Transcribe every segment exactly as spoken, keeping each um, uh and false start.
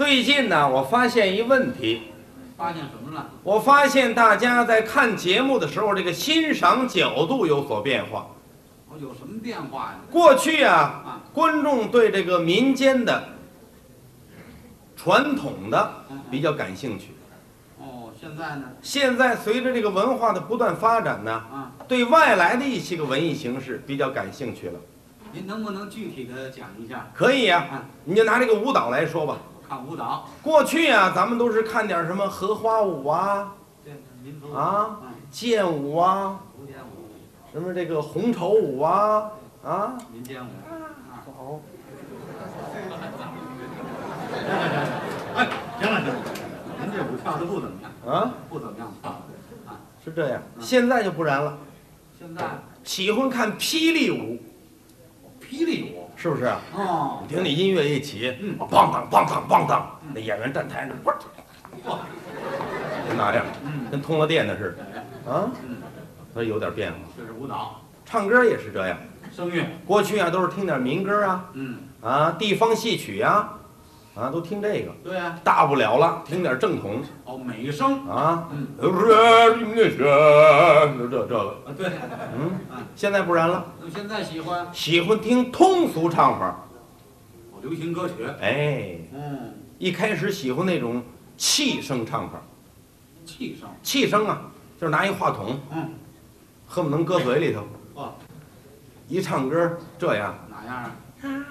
最近呢，我发现一问题。 发现什么了？ 我发现大家在看节目的时候，这个欣赏角度有所变化。 哦，有什么变化呀？ 过去啊， 啊观众对这个民间的、传统的比较感兴趣。 哦，现在呢？ 现在随着这个文化的不断发展呢， 啊， 对外来的一些个文艺形式比较感兴趣了。 您能不能具体的讲一下？ 可以呀、 啊， 你就拿这个舞蹈来说吧。 看舞蹈， 过去啊，咱们都是看点什么荷花舞啊、 这民族啊嗯， 剑舞啊， 古典舞， 什么这个红绸舞啊啊。 民间舞。 好， 哎，行了行了，您这舞跳的不怎么样啊， 不怎么样跳的啊。 是这样。 嗯现在就不然了， 现在喜欢看霹雳舞， 霹雳舞， 是不是啊？ 哦， 听那音乐一起， 嗯梆当梆当梆当，那演员站台上，哇， 哇， 就那样， 嗯， 跟通了电的似哎， 的啊。 嗯， 它有点变化。 这是舞蹈， 唱歌也是这样， 声乐， 过去啊都是听点民歌啊， 嗯， 啊地方戏曲呀，啊都听这个。 对呀， 大不了了，听点正统哦，美声， 啊， 嗯， 就这这个， 啊，对， 嗯啊， 现在不然了， 那现在喜欢喜欢听通俗唱法。 哦流行歌曲， 哎， 嗯， 一开始喜欢那种气声唱法， 气声， 气声啊，就是拿一话筒， 嗯， 恨不能搁嘴里头， 哦， 一唱歌这样。 哪样啊？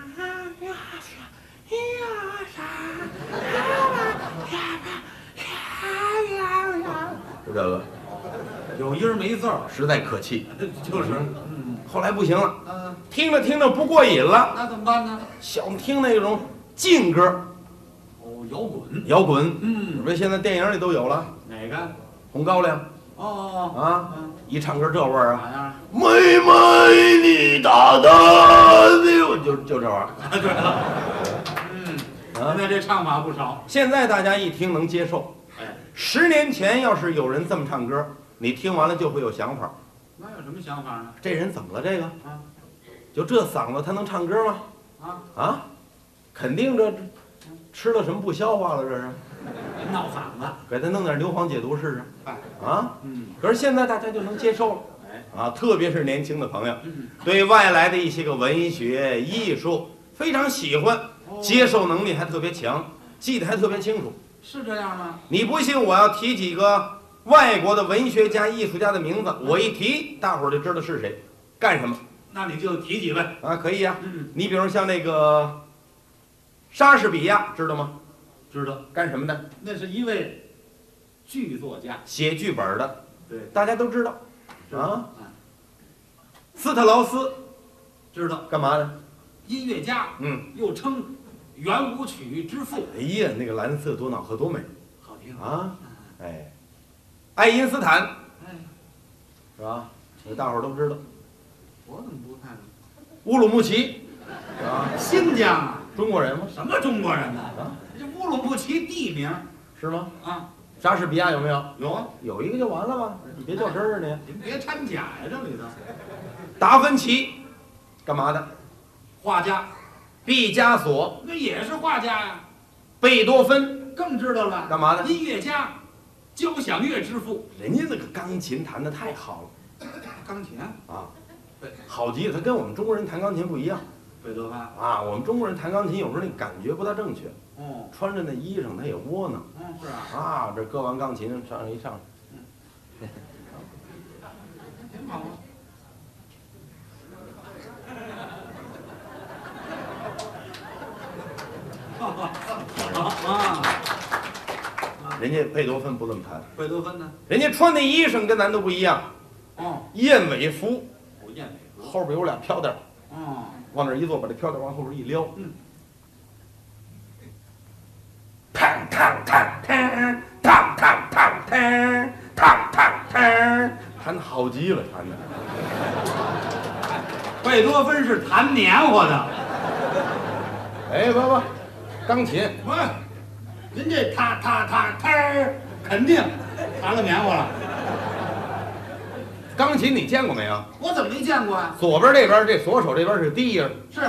就这个， 有音儿没字儿， 实在可气。 就是，嗯， 后来不行了， 嗯， 听着听着不过瘾了， 那怎么办呢？ 想听那种劲歌， 哦，摇滚， 摇滚。 嗯， 这现在电影里都有了， 哪个？ 红高粱哦， 啊， 嗯， 一唱歌这味儿啊， 哪样？ 妹妹你大胆的，就就这玩意儿对了，嗯， 啊现。在这唱法不少， 现在大家一听能接受， 哎， 十年前要是有人这么唱歌，你听完了就会有想法， 那有什么想法呢？ 这人怎么了？这个啊就这嗓子他能唱歌吗？ 啊， 啊，肯定这吃了什么不消化了，这是闹嗓子， 给他弄点硫磺解毒试试哎， 啊。 嗯， 可是现在大家就能接受了哎， 啊，特别是年轻的朋友， 嗯， 对外来的一些个文学艺术非常喜欢， 哦接受能力还特别强，记得还特别清楚。 是这样吗？ 你不信，我要提几个外国的文学家、艺术家的名字，我一提，大伙儿就知道是谁，干什么那你就提几位， 啊？可以呀、 嗯， 你比如像那个莎士比亚，知道吗？ 知道， 干什么的？ 那是一位剧作家， 写剧本的， 对， 大家都知道。啊， 啊， 斯特劳斯知道， 干嘛的？ 音乐家， 嗯， 又称圆舞曲之父， 哎呀，那个蓝色多瑙河多美好听， 啊！哎，爱因斯坦哎， 是吧？这大伙儿都知道。 我怎么不看呢？ 乌鲁木齐啊， 新疆啊， 中国人吗？ 什么中国人呢？ 啊， 这乌鲁木齐地名是吗？ 啊， 莎士比亚有没有？ 有啊， 有一个就完了吧？你别较真儿啊你。 您别掺假呀，这里头， 达芬奇干嘛的？ 画家， 毕加索、 那也是画家呀， 贝多芬更知道了， 干嘛的？ 音乐家，交响乐之父， 人家那个钢琴弹得太好钢琴， 了啊对， 好极了。他跟我们中国人弹钢琴不一样贝多芬， 啊，我们中国人弹钢琴有时候那感觉不大正确， 哦， 穿着那衣裳他也窝囊嗯，是啊， 啊。这搁完钢琴上上一上， 挺好啊。啊， 人家贝多芬不这么弹， 贝多芬呢？ 人家穿那衣裳跟咱都不一样， 哦， 燕尾服， 古燕尾服。 后边有俩飘带儿， 哦， 往那儿一坐，把这飘带儿往后边一撩， 嗯， 嘡嘡嘡嘡，嘡嘡嘡嘡，嘡嘡嘡，弹得好极了，弹的。 贝多芬是弹黏糊的。 哎，不不，钢琴不是，人这他他他他儿肯定弹了棉花了。 钢琴你见过没有？ 我怎么没见过啊？ 左边这边这左手这边是低音， 是，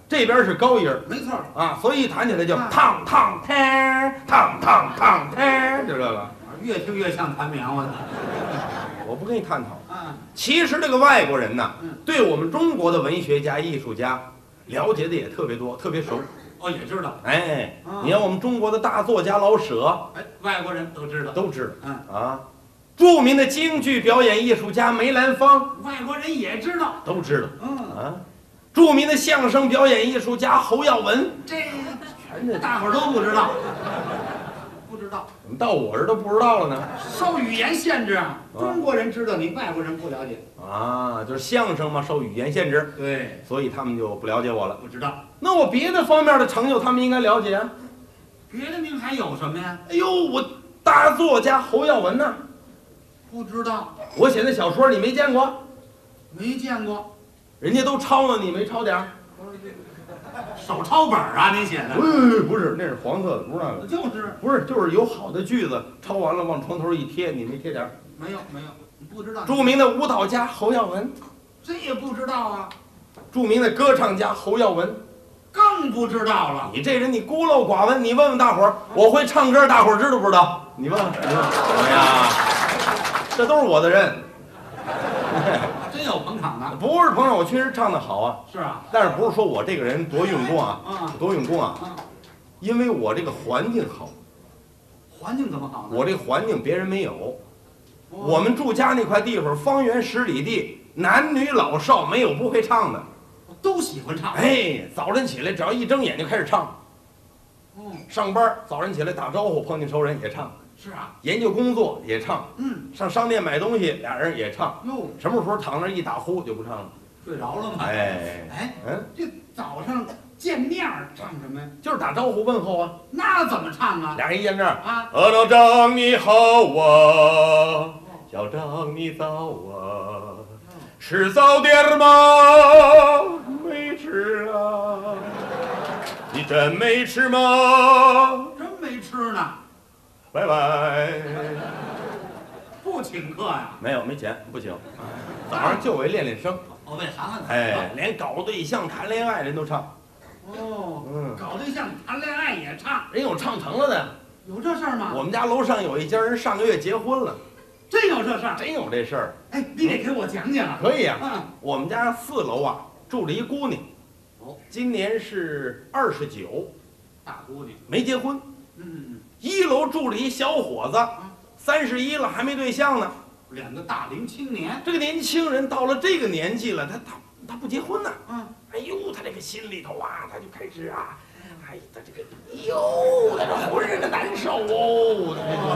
这边是高音儿没错啊，所以一弹起来就烫烫天，烫烫烫天，就这个。 越听越像弹棉花的。 我不跟你探讨。 啊， 其实这个外国人呢， 嗯对我们中国的文学家、艺术家了解的也特别多，特别熟。 哦，也知道。 哎， 啊你看我们中国的大作家老舍， 哎，外国人都知道。 都知道。 嗯啊，著名的京剧表演艺术家梅兰芳， 外国人也知道。 都知道。 嗯， 啊，著名的相声表演艺术家侯耀文， 这全这大伙儿都不知道。不知道。 怎么到我这儿都不知道了呢？ 受语言限制啊， 啊中国人知道，你外国人不了解。 啊，就是相声嘛，受语言限制， 对， 所以他们就不了解我了。 不知道。 那我别的方面的成就，他们应该了解啊。 别的您还有什么呀？ 哎呦，我大作家侯耀文呐， 不知道， 我写的小说你没见过， 没见过。 人家都抄了，你没抄点儿？ 手抄本儿啊，您写的？ 不不是，那是黄色的，不是那个。 就是不是，就是有好的句子，抄完了往床头一贴，你没贴点儿？ 没有没有，不知道。 著名的舞蹈家侯耀文， 这也不知道啊， 著名的歌唱家侯耀文， 更不知道了。 你这人你孤陋寡闻，你问问大伙儿，我会唱歌，大伙儿知道不知道？你问问，你问问。哎呀，这都是我的人。 真有捧场的。 不是朋友，我确实唱得好啊， 是啊。 但是不是说我这个人多用功啊， 啊多用功啊， 啊， 因为我这个环境好， 环境怎么好呢？ 我这个环境别人没有。 哦我们住家那块地方，方圆十里地，男女老少没有不会唱的。 都喜欢唱。 哎，早晨起来只要一睁眼就开始唱， 嗯， 上班早晨起来打招呼碰见熟人也唱， 是啊。 研究工作也唱， 嗯， 上商店买东西俩人也唱， 哟， 什么时候躺那儿一打呼就不唱了。 睡着了吗？ 哎， 哎， 嗯， 这早上见面儿唱什么呀？ 就是打招呼问候啊， 那怎么唱啊？ 俩人一见面， 啊， 呃，老张你好啊，小张你早啊，吃早点吗？没吃啊，你真没吃吗？ 真没吃呢， 拜拜。 不请客呀？ 没有，没钱，不行。早上就为练练声， 哦，为喊喊哎，连搞对象、谈恋爱人都唱， 哦， 嗯， 搞对象、谈恋爱也唱， 人有唱成了的。 有这事儿吗？ 我们家楼上有一家人上个月结婚了， 真有这事儿？ 真有这事儿。 哎，你得给我讲讲啊。 可以啊， 嗯， 我们家四楼啊住着一姑娘， 哦， 今年是二十九， 大姑娘。 没结婚。 嗯嗯一楼住着一小伙子，三十一了还没对象呢。 嗯，两个大龄青年。 这个年轻人到了这个年纪了，他他他不结婚呢。 嗯， 哎呦，他这个心里头啊，他就开始啊，哎，他这个，哎呦，他这浑身的难受哦，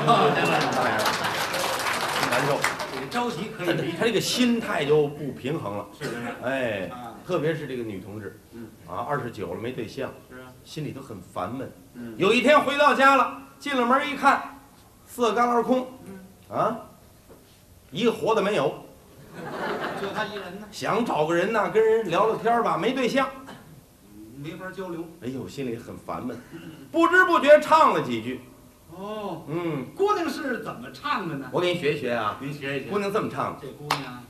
他这个难受， 你着急可他以理他这个心态就不平衡了。 是不是？ 哎， 啊， 特别是这个女同志， 嗯啊，二十九了没对象， 是啊。 心里头很烦闷。 嗯， 有一天回到家了，进了门一看，四个旮旯空，啊，一个活的没有。 就他一人呢， 想找个人呢，跟人聊聊天吧，没对象。 没法交流。 哎呦，心里很烦闷，不知不觉唱了几句。 哦， 嗯， 姑娘是怎么唱的呢？ 我给你学一学啊。 您学一学。 姑娘这么唱的： 这姑娘，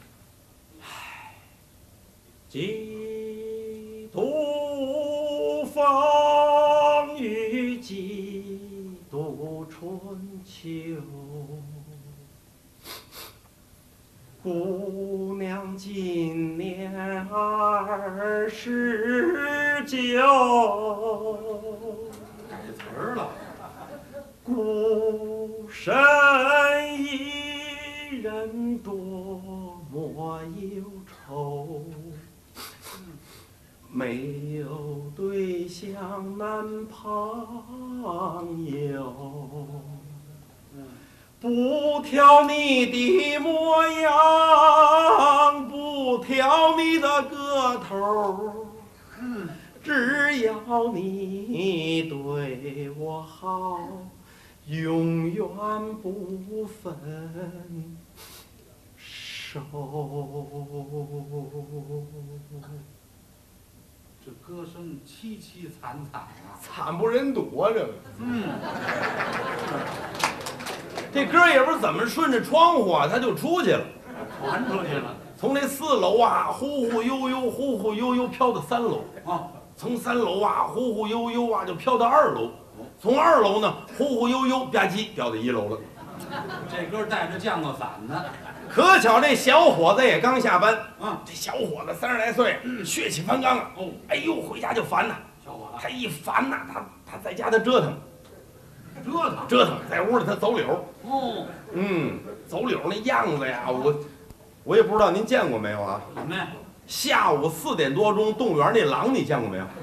几度风雨几度春秋，姑娘今年二十九， 改词儿了。 孤身一人多么忧愁，没有对象男朋友，不挑你的模样，不挑你的个头， 嗯， 只要你对我好，永远不分手。 这歌声凄凄惨惨啊。 惨不忍睹啊！这个， 嗯， 这歌也不知怎么顺着窗户啊，他就出去了， 传出去了。 从这四楼啊忽忽悠悠、忽忽悠悠飘到三楼。 哦， 从三楼啊忽忽悠悠啊就飘到二楼，从二楼呢忽忽悠悠吧唧掉到一楼了。 这哥带着降落伞呢。 可巧这小伙子也刚下班， 嗯， 这小伙子三十来岁，血气方刚啊。 哦， 哎呦，回家就烦呐。 小伙子， 他一烦呐，他他在家他折腾， 折腾折腾，在屋里他走柳。 哦， 嗯，走柳那样子呀，我我也不知道您见过没有啊？ 怎么呀？ 下午四点多钟，动物园那狼你见过没有？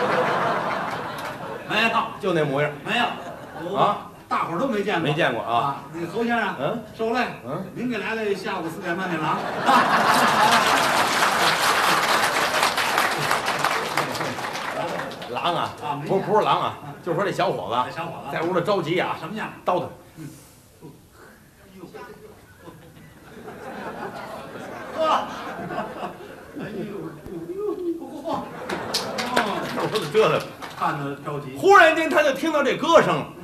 没有， 就那模样。 没有。 啊， 大伙儿都没见过。 没见过啊。 啊，那个侯先生， 嗯， 受累， 嗯， 您给来了下午四点半那狼。 狼啊， 啊没不见不是狼啊，就是说这小伙子这小伙子在屋里着急啊， 什么样？ 叨叨。 呵，哎呦，嚯， 我说折腾， 看着着急。 忽然间他就听到这歌声了。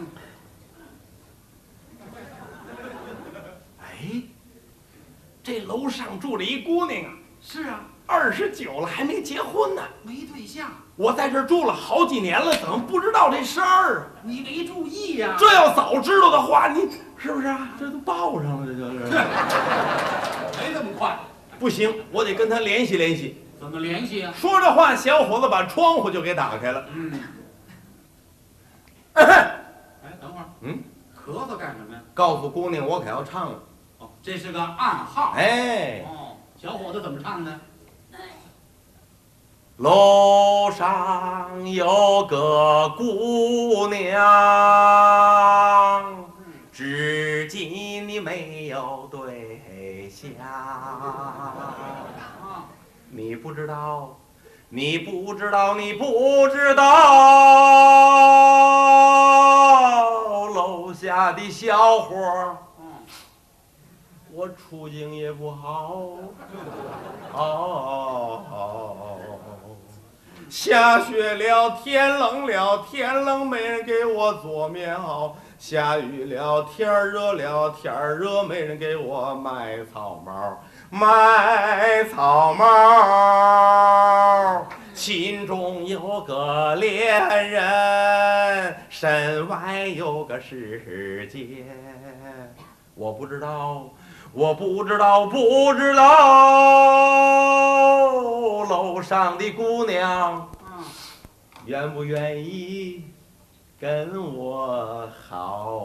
哎，这楼上住着一姑娘啊， 是啊， 二十九了还没结婚呢。 没对象， 我在这儿住了好几年了，怎么不知道这事儿啊？ 你没注意呀？ 这要早知道的话，你是不是啊？这都报上了，这就是。 没这么快。 不行，我得跟他联系联系。 怎么联系啊？ 说着话，小伙子把窗户就给打开了。 嗯。 哎， 哎，等会儿。 嗯。 咳嗽干什么呀？ 告诉姑娘，我可要唱了。 哦，这是个暗号。 哎。 哦，小伙子怎么唱的？ 楼上有个姑娘，至今你没有对象。你不知道，你不知道，你不知道，楼下的小伙儿，我处境也不好。哦。下雪了，天冷了，天冷没人给我做棉袄；下雨了，天热了，天热没人给我买草帽，买草帽。心中有个恋人，身外有个世界。我不知道，我不知道，不知道，楼上的姑娘愿不愿意跟我好？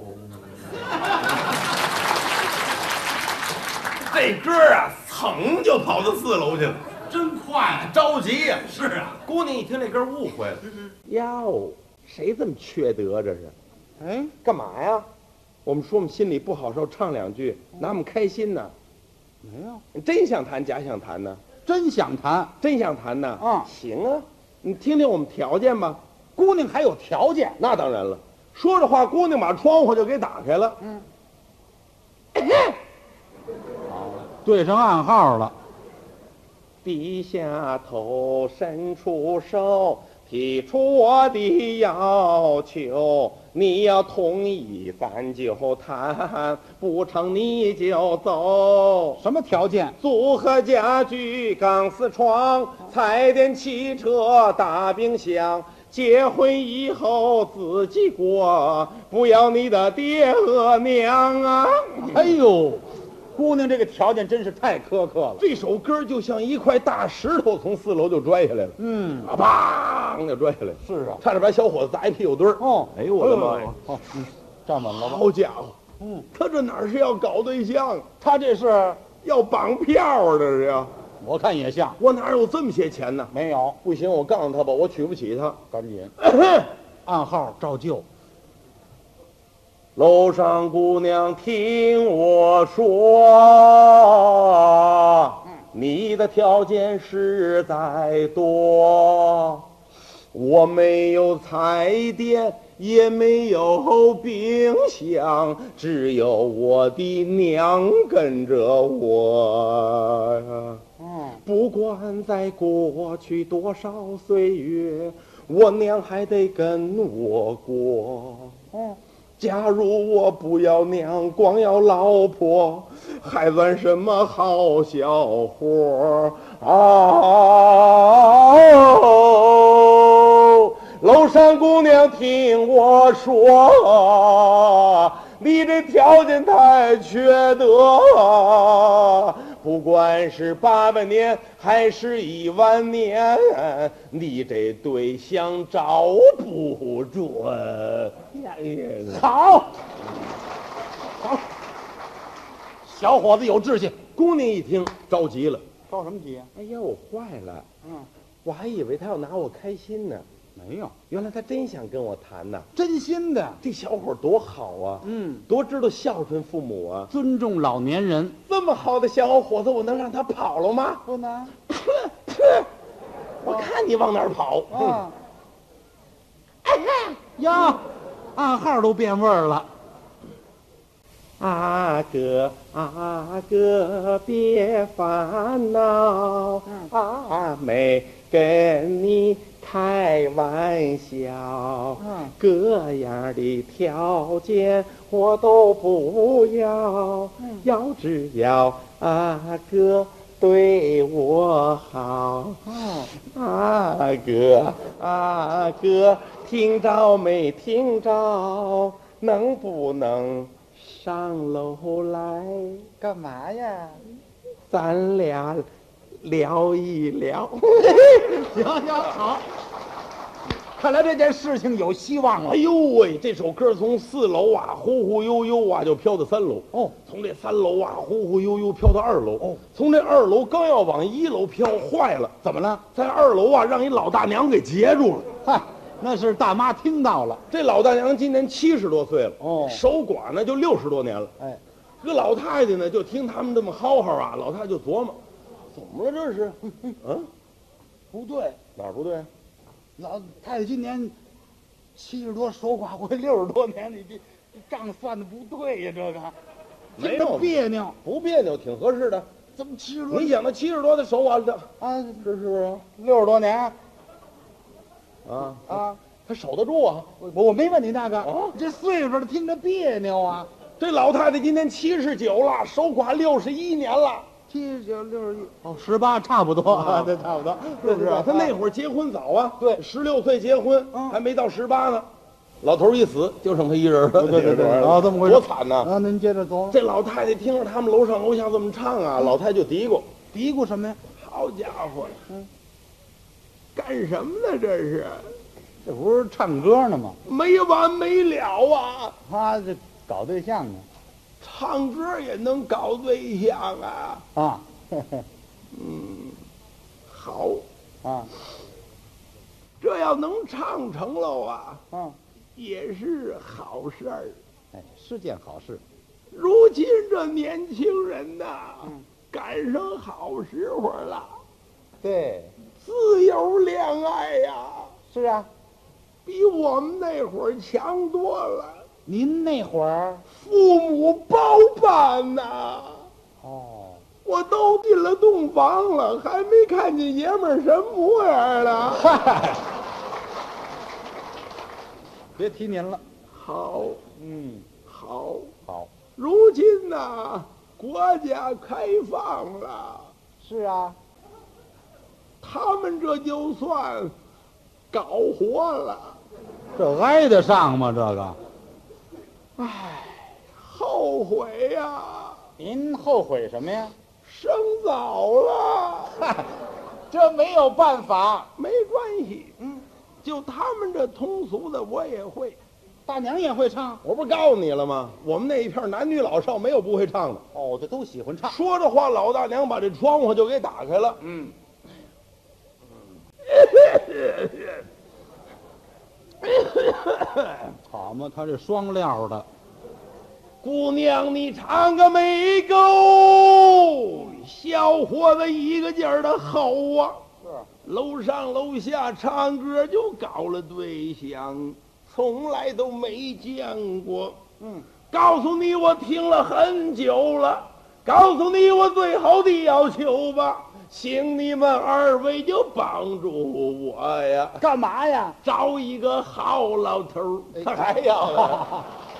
这歌啊，噌就跑到四楼去了， 真快， 着急呀！ 是啊， 姑娘一听这歌误会了，哟，谁这么缺德？这是？ 哎， 干嘛呀？我们说我们心里不好受，唱两句，拿我们开心呢。 没有， 你真想弹假想弹呢？ 真想弹， 真想弹呢？ 啊， 行啊，你听听我们条件吧。 姑娘还有条件， 那当然了。说着话，姑娘把窗户就给打开了。 嗯，对上暗号了。 低下头，伸出手，提出我的要求。你要同意，咱就谈；不成，你就走。 什么条件？ 组合家具、钢丝床、彩电、汽车、大冰箱。结婚以后自己过，不要你的爹和娘啊！ 哎呦，姑娘这个条件真是太苛刻了。 这首歌就像一块大石头从四楼就拽下来了， 嗯， 啊，砰就拽下来了。 是啊， 差点把小伙子砸一屁股墩儿。 哦， 哎呦我的妈呀！ 哦，嗯，站稳了吧？ 好家伙， 嗯， 他这哪是要搞对象， 他这是， 要绑票啊！这是要， 我看也像。 我哪有这么些钱呢？ 没有， 不行，我告诉他吧，我娶不起他。 赶紧，暗号照旧。 楼上姑娘听我说，你的条件实在多，我没有彩电，也没有冰箱，只有我的娘跟着我呀。 嗯， 不管在过去多少岁月，我娘还得跟我过。 嗯， 假如我不要娘，光要老婆，还算什么好小伙啊？ 楼上姑娘听我说，你这条件太缺德，不管是八百年还是一万年，你这对象找不准。 好，好，小伙子有志气。 姑娘一听着急了， 着什么急啊？ 哎呀，我坏了， 嗯， 我还以为他要拿我开心呢， 没有， 原来他真想跟我谈呢。 真心的。 这小伙多好啊， 嗯， 多知道孝顺父母啊。 尊重老年人。 这么好的小伙子，我能让他跑了吗？ 不能我看你往哪儿跑！ 啊！呀，暗号都变味儿了。 阿哥，阿哥别烦恼，阿妹跟你开玩笑， 嗯各样的条件我都不要，要只要阿哥对我好。 哦， 阿哥，阿哥，听着没听着？能不能上楼来？ 干嘛呀？ 咱俩聊一聊。 行行好，看来这件事情有希望了哎。呦喂，这首歌从四楼啊，忽忽悠悠啊，就飘到三楼。 哦， 从这三楼啊，忽忽悠悠飘到二楼。 哦， 从这二楼刚要往一楼飘，坏了， 怎么了？ 在二楼啊，让一老大娘给截住了。 嗨，那是大妈听到了。 这老大娘今年七十多岁了， 哦守寡呢就六十多年了。 哎， 这老太太呢，就听他们这么嚎嚎啊，老太太就琢磨，怎么了这是？嗯， 不对， 哪儿不对？ 老太太今年七十多，守寡会六十多年，你这这账算的不对呀，这个没有听着别扭。 不别扭，挺合适的。 怎么七十多？ 你想他七十多的守寡的， 啊， 这是不是？ 六十多年啊啊， 他守得住啊。 我我没问你那个， 哦这岁数的听着别扭啊。 这老太太今年七十九了，守寡六十一年了， 七十九、六十一，哦，十八差不多啊，这差不多， 是不是？他那会会儿结婚早啊， 对十六岁结婚， 嗯还没到十八呢。老头一死，就剩他一人了。 对对对， 啊啊，这么回事， 多惨呐！ 啊，您接着琢磨， 这老太太听着他们楼上楼下这么唱啊，老太太就嘀咕： 嘀咕什么呀？ 好家伙， 嗯， 干什么呢？这是这不是唱歌呢吗？ 没完没了啊！ 他这搞对象呢？ 唱歌也能搞对象啊？ 啊， 嗯，好， 啊这要能唱成喽啊， 啊， 也是好事儿。 哎，是件好事。 如今这年轻人呐， 嗯赶上好时候了， 对， 自由恋爱呀、 是啊， 比我们那会儿强多了。 您那会儿父母包办呐， 哦， 我都进了洞房了，还没看见爷们儿什么模样呢。 嗨，别提您了。 好， 嗯， 好， 好， 如今呐，国家开放了， 是啊， 他们这就算搞活了。 这挨得上吗？这个， 唉，后悔呀、 您后悔什么呀？ 生早了。 嗨，这没有办法。 没关系，嗯，就他们这通俗的我也会。 大娘也会唱。 我不是告诉你了吗？我们那一片男女老少没有不会唱的。 哦，这都喜欢唱。 说着话，老大娘把这窗户就给打开了。 嗯，好嘛，他这双料的。 姑娘，你唱个没够，小伙子一个劲儿的吼啊！ 是， 楼上楼下唱歌就搞了对象，从来都没见过。 嗯， 告诉你，我听了很久了。告诉你，我最后的要求吧，请你们二位就帮助我呀， 干嘛呀？ 找一个好老头儿。他还要啊？